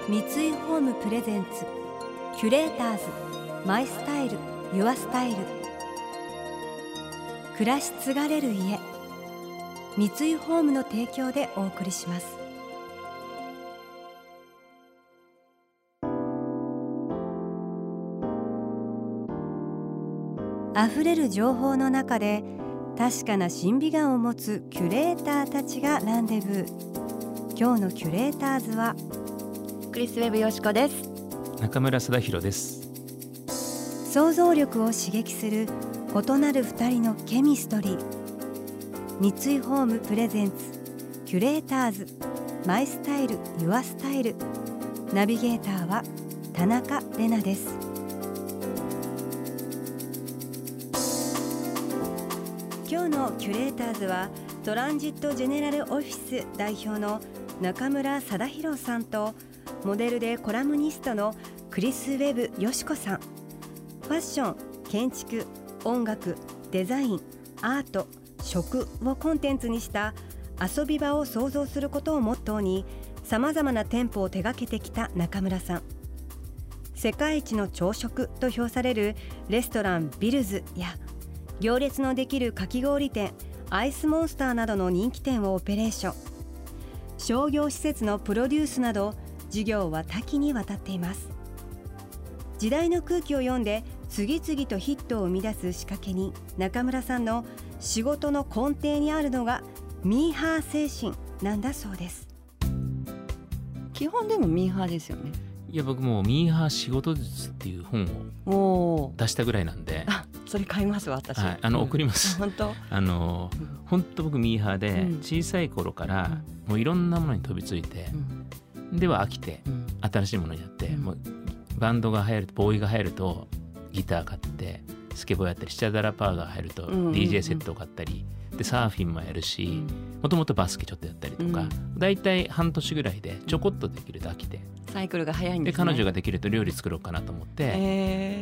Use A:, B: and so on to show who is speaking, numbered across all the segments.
A: 三井ホームプレゼンツキュレーターズマイスタイルユアスタイル。暮らし継がれる家、三井ホームの提供でお送りします。あふれる情報の中で確かな審美眼を持つキュレーターたちがランデブー。今日のキュレーターズは
B: クリス・ウェブよしこです。
C: 中村貞弘です。
A: 想像力を刺激する異なる二人のケミストリー。三井ホームプレゼンツキュレーターズマイスタイルユアスタイル。ナビゲーターは田中れなです。今日のキュレーターズはトランジットジェネラルオフィス代表の中村貞弘さんとモデルでコラムニストのクリス・ウェブよしこさん。ファッション、建築、音楽、デザイン、アート、食をコンテンツにした遊び場を創造することをモットーにさまざまな店舗を手掛けてきた中村さん。世界一の朝食と評されるレストランビルズや行列のできるかき氷店アイスモンスターなどの人気店をオペレーション、商業施設のプロデュースなど事業は多岐にわたっています。時代の空気を読んで次々とヒットを生み出す仕掛けに、中村さんの仕事の根底にあるのがミーハー精神なんだそうです。
B: 基本でもミーハーですよね。
C: いや僕もミーハー仕事術っていう本を出したぐらいなんで、
B: それ買います私、
C: はい、送ります。
B: 本当
C: 本当僕ミーハーで、小さい頃からもういろんなものに飛びついて、では飽きて、新しいものにやって、もうバンドが流行るとボーイが流行るとギター買ってスケボーやったり、シチャダラパーが入ると DJ セットを買ったり、でサーフィンもやるし、もともとバスケちょっとやったりとか、だいたい半年ぐらいでちょこっとできると飽きて、
B: サイクルが早いんですね。
C: で彼女ができると料理作ろうかなと思って、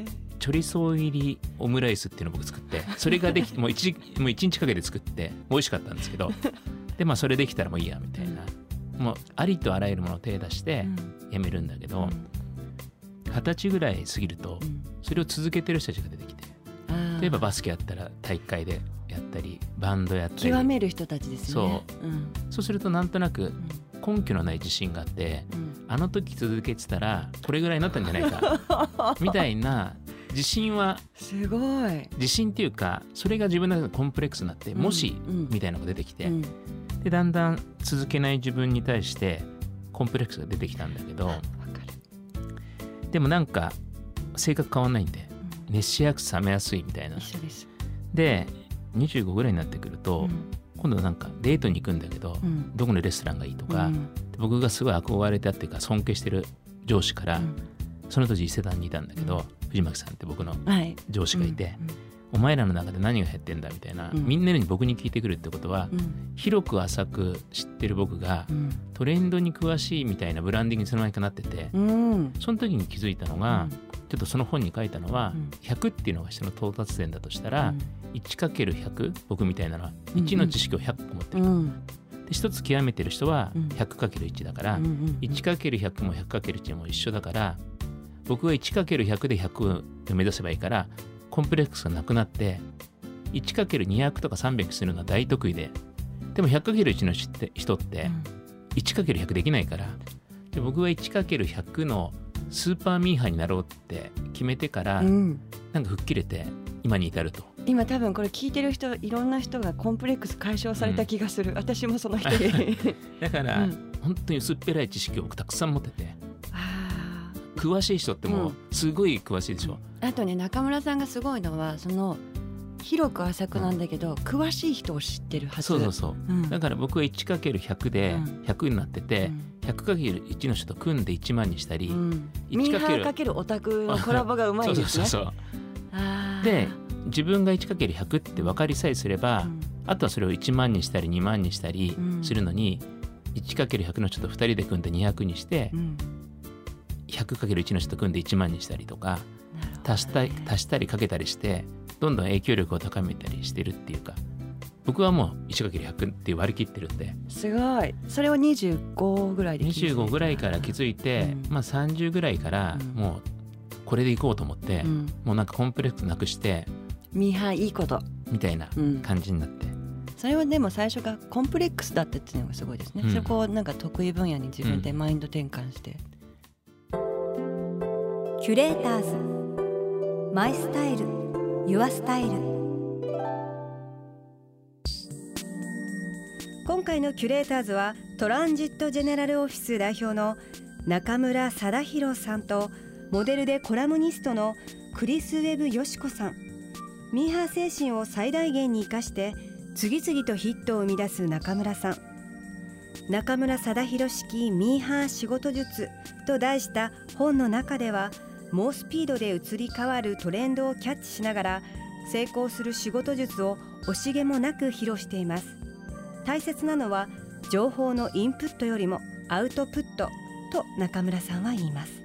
C: チョリソー入りオムライスっていうのを僕作って、それができもう一日かけて作って美味しかったんですけどでそれできたらもういいやみたいな、もうありとあらゆるものを手出してやめるんだけど、20歳ぐらい過ぎるとそれを続けてる人たちが出てきて、例えばバスケやったら大会でやったり、バンドやったり、
B: 極める人たちですね。
C: そうするとなんとなく根拠のない自信があって、あの時続けてたらこれぐらいになったんじゃないかみたいな自信は、
B: すごい
C: 自信っていうか、それが自分の中でコンプレックスになって、もしみたいなのが出てきて、でだんだん続けない自分に対してコンプレックスが出てきたんだけど、でもなんか性格変わんないんで、熱しやすく冷めやすいみたいな。
B: 一緒です。
C: で25ぐらいになってくると、今度なんかデートに行くんだけど、どこのレストランがいいとか、僕がすごい憧れたっていうか尊敬してる上司から、その当時伊勢丹にいたんだけど、藤巻さんって僕の上司がいて、お前らの中で何が減ってんだみたいな、みんなに僕に聞いてくるってことは、広く浅く知ってる僕が、トレンドに詳しいみたいなブランディングにそのままなってて、その時に気づいたのが、ちょっとその本に書いたのは、100っていうのが人の到達点だとしたら、1×100、僕みたいなのは1の知識を100個持ってる、で一つ極めてる人は 100×1 だから、1×100 も 100×1 も一緒だから、僕は 1×100 で100を目指せばいいから、コンプレックスがなくなって 1×200 とか300するのは大得意で、でも 100×1 の人って 1×100 できないから、で僕は 1×100 のスーパーミーハーになろうって決めてから、なんか吹っ切れて今に至ると。
B: 今多分これ聞いてる人、いろんな人がコンプレックス解消された気がする、私もその一人
C: だから、本当に薄っぺらい知識を僕たくさん持ってて、詳しい人ってもうすごい詳しいでしょ、
B: あとね、中村さんがすごいのは、その広く浅くなんだけど、詳しい人を知ってるはず。
C: そう、だから僕は 1×100 で100になってて、100×1 の人と組んで1万にしたり、
B: ミーハー×オタクのコラボがうまいんですね。
C: そうで、自分が 1×100 って分かりさえすれば、あとはそれを1万にしたり2万にしたりするのに、1×100 の人と2人で組んで200にして、100×1 の人と組んで1万にしたりとか、足したりかけたりして、どんどん影響力を高めたりしてるっていうか、 僕はもう 1×100 って割り切ってるんで。
B: すごい。それを25ぐらいで
C: 25ぐらいから気づいて、まあ30ぐらいからもうこれでいこうと思って、もうなんかコンプレックスなくして
B: ミーハーいいこと
C: みたいな感じになって、
B: それはでも最初がコンプレックスだったっていうのがすごいですね、そこをなんか得意分野に自分でマインド転換して、
A: キュレーターズマイスタイルユアスタイル。今回のキュレーターズはトランジットジェネラルオフィス代表の中村貞弘さんとモデルでコラムニストのクリス・ウェブ・ヨシコさん。ミーハー精神を最大限に生かして次々とヒットを生み出す中村さん。中村貞弘式ミーハー仕事術と題した本の中では、猛スピードで移り変わるトレンドをキャッチしながら成功する仕事術を惜しげもなく披露しています。大切なのは情報のインプットよりもアウトプットと中村さんは言います。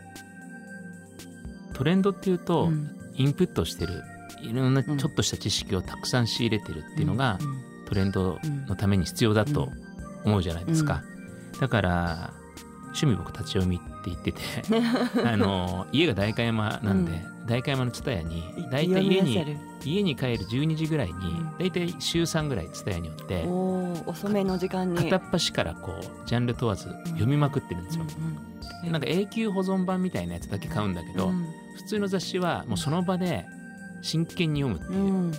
C: トレンドっていうと、インプットしてるいろんなちょっとした知識をたくさん仕入れてるっていうのが、トレンドのために必要だと思うじゃないですか、だから趣味僕立ち読みって言ってて家が代官山なんで、代官山の蔦屋にだいたい家に帰る12時ぐらいにだいたい週3ぐらい蔦屋に寄って、
B: 遅めの時間に
C: 片っ端からこうジャンル問わず読みまくってるんですよ、なんか永久保存版みたいなやつだけ買うんだけど、普通の雑誌はもうその場で真剣に読むっていう、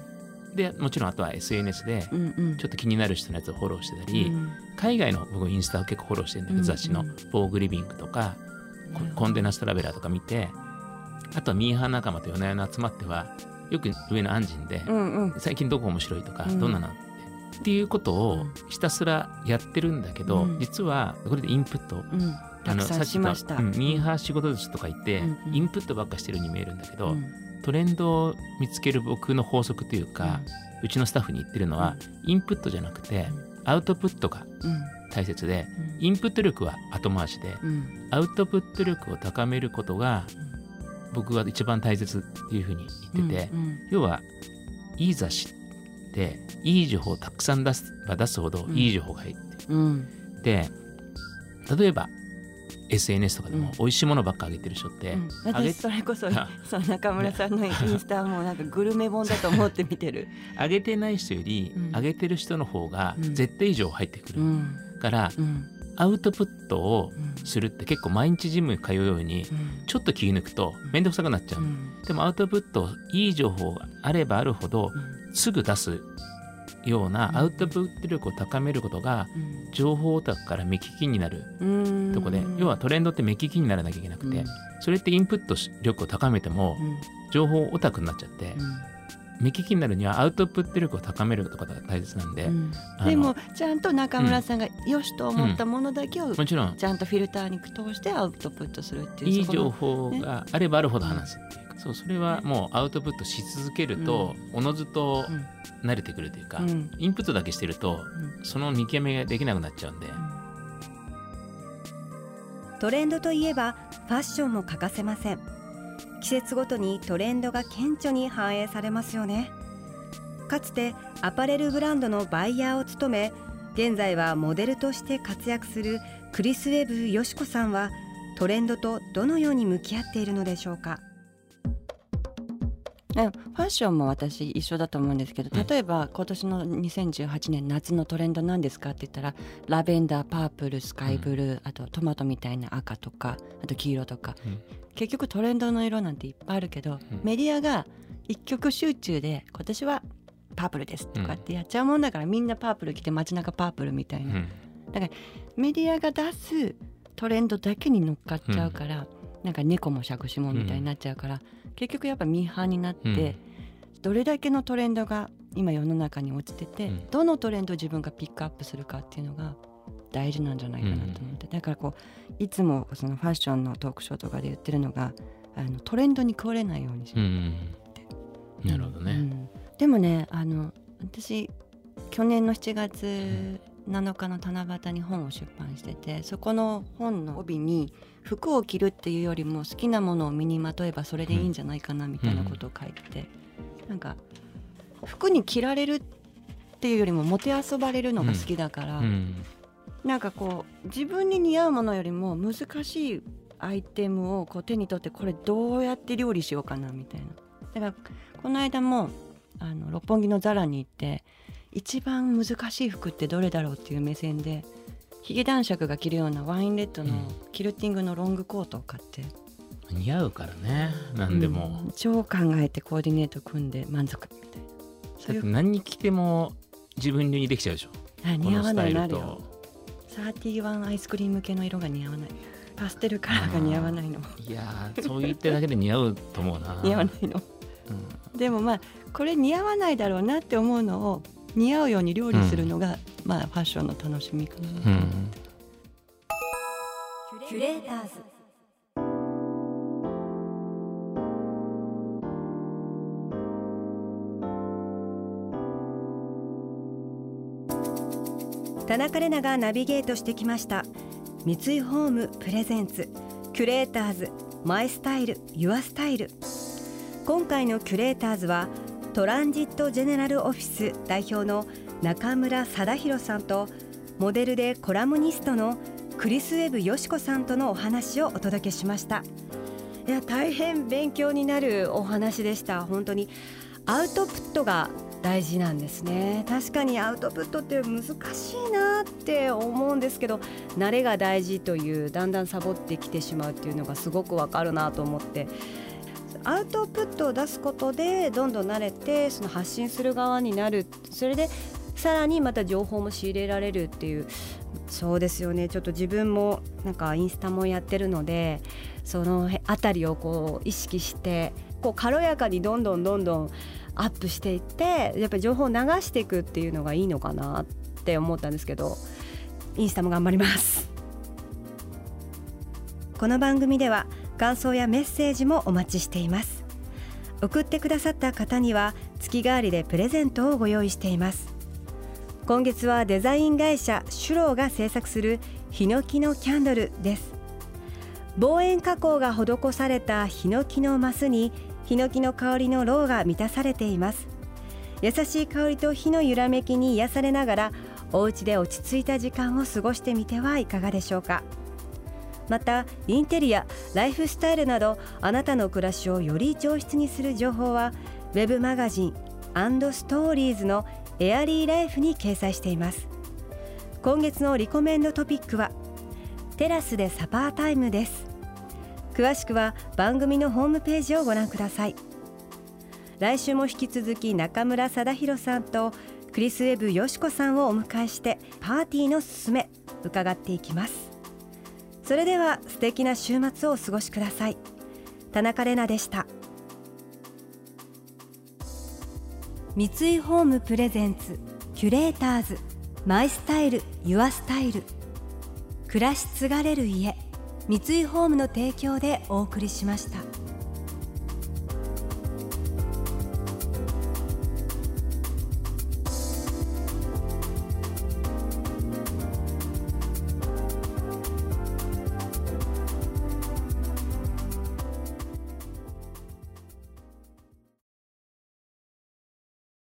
C: でもちろんあとは SNS でちょっと気になる人のやつをフォローしてたり、海外の僕インスタを結構フォローしてるんだけど、雑誌のボーグリビングとかコンデナストラベラーとか見て、あとはミーハー仲間と夜な夜な集まってはよく上のアンジンで、最近どこ面白いとか、どんなのっていうことをひたすらやってるんだけど、実はこれでインプット、
B: さっき言った
C: ミーハー仕事術とか言って、インプットばっかしてるように見えるんだけど、トレンドを見つける僕の法則というか、うちのスタッフに言ってるのは、インプットじゃなくてアウトプットが大切で、インプット力は後回しで、アウトプット力を高めることが僕が一番大切っていうふうに言ってて、要はいい雑誌っていい情報をたくさん出すほどいい情報が入って、で例えば SNS とかでも美味しいものばっか上げてる人って、
B: 私それこそ中村さんのインスタもなんかグルメ本だと思って見てる
C: 上げてない人より上げてる人の方が絶対以上入ってくる、から、アウトプットをするって結構毎日ジム通うようにちょっと気抜くと面倒くさくなっちゃう、でもアウトプットいい情報があればあるほどすぐ出すようなアウトプット力を高めることが情報オタクから目利きになるとこで、要はトレンドって目利きにならなきゃいけなくて、それってインプット力を高めても情報オタクになっちゃって、目利きになるにはアウトプット力を高めることが大切なんで、
B: でもちゃんと中村さんが良しと思ったものだけを
C: もちろん
B: ちゃんとフィルターに通してアウトプットするっていう、
C: いい情報があればあるほど話すっていうか、それはもうアウトプットし続けるとおのずと慣れてくるというか、インプットだけしてるとその見極めができなくなっちゃうんで、
A: トレンドといえばファッションも欠かせません。季節ごとにトレンドが顕著に反映されますよね。かつてアパレルブランドのバイヤーを務め、現在はモデルとして活躍するクリス・ウェブ・ヨシコさんはトレンドとどのように向き合っているのでしょうか。
B: ファッションも私一緒だと思うんですけど、例えば今年の2018年夏のトレンドなんですかって言ったら、ラベンダー、パープル、スカイブルー、あとトマトみたいな赤とか、あと黄色とか、結局トレンドの色なんていっぱいあるけど、メディアが一極集中で今年はパープルですとかってやっちゃうもんだから、みんなパープル着て街中パープルみたいな、だからメディアが出すトレンドだけに乗っかっちゃうから、なんか猫も杓子もみたいになっちゃうから、結局やっぱミーハーになって、どれだけのトレンドが今世の中に落ちてて、どのトレンドを自分がピックアップするかっていうのが大事なんじゃないかなと思って、だからこういつもそのファッションのトークショーとかで言ってるのが、トレンドに食われないようにしようって、
C: なるほどね、
B: でもね、私去年の7月7日の七夕に本を出版してて、そこの本の帯に服を着るっていうよりも好きなものを身にまとえばそれでいいんじゃないかなみたいなことを書いてて、なんか服に着られるっていうよりももてあそばれるのが好きだから、なんかこう自分に似合うものよりも難しいアイテムをこう手に取って、これどうやって料理しようかなみたいな。だからこの間も六本木のザラに行って、一番難しい服ってどれだろうっていう目線で、ヒゲ男爵が着るようなワインレッドのキルティングのロングコートを買って、
C: 似合うからね、何でも、
B: 超考えてコーディネート組んで満足みたいな。
C: だって何に着ても自分流にできちゃうでしょ。
B: 似合わないなるよ。31アイスクリーム系の色が似合わない、パステルカラーが似合わないの。
C: いやそう言ってるだけで似合うと思うな。
B: 似合わないの、でもまあこれ似合わないだろうなって思うのを似合うように料理するのが、まあファッションの楽しみかなと思って、
A: キュレーターズ。田中れながナビゲートしてきました三井ホームプレゼンツキュレーターズマイスタイルユアスタイル。今回のキュレーターズはトランジットジェネラルオフィス代表の中村貞弘さんと、モデルでコラムニストのクリス・ウェブ・よしこさんとのお話をお届けしました。いや、大変勉強になるお話でした。本当にアウトプットが大事なんですね。確かにアウトプットって難しいなって思うんですけど、慣れが大事という、だんだんサボってきてしまうっていうのがすごくわかるなと思って、アウトプットを出すことでどんどん慣れて、その発信する側になる。それでさらにまた情報も仕入れられるっていう。そうですよね。ちょっと自分もなんかインスタもやってるので、そのあたりをこう意識して、こう軽やかにどんどんアップしていって、やっぱり情報を流していくっていうのがいいのかなって思ったんですけど、インスタも頑張ります。この番組では感想やメッセージもお待ちしています。送ってくださった方には月替わりでプレゼントをご用意しています。今月はデザイン会社シュローが制作するヒノキのキャンドルです。防煙加工が施されたヒノキのマスにヒノキの香りのろうが満たされています。優しい香りと火の揺らめきに癒されながら、お家で落ち着いた時間を過ごしてみてはいかがでしょうか。またインテリア、ライフスタイルなど、あなたの暮らしをより上質にする情報はウェブマガジン&ストーリーズのエアリーライフに掲載しています。今月のリコメンドトピックはテラスでサパータイムです。詳しくは番組のホームページをご覧ください。来週も引き続き中村貞弘さんとクリス・ウェブ・よしこさんをお迎えして、パーティーのすすめ伺っていきます。それでは素敵な週末をお過ごしください。田中れなでした。三井ホームプレゼンツキュレーターズマイスタイルユアスタイル。暮らし継がれる家、三井ホームの提供でお送りしました。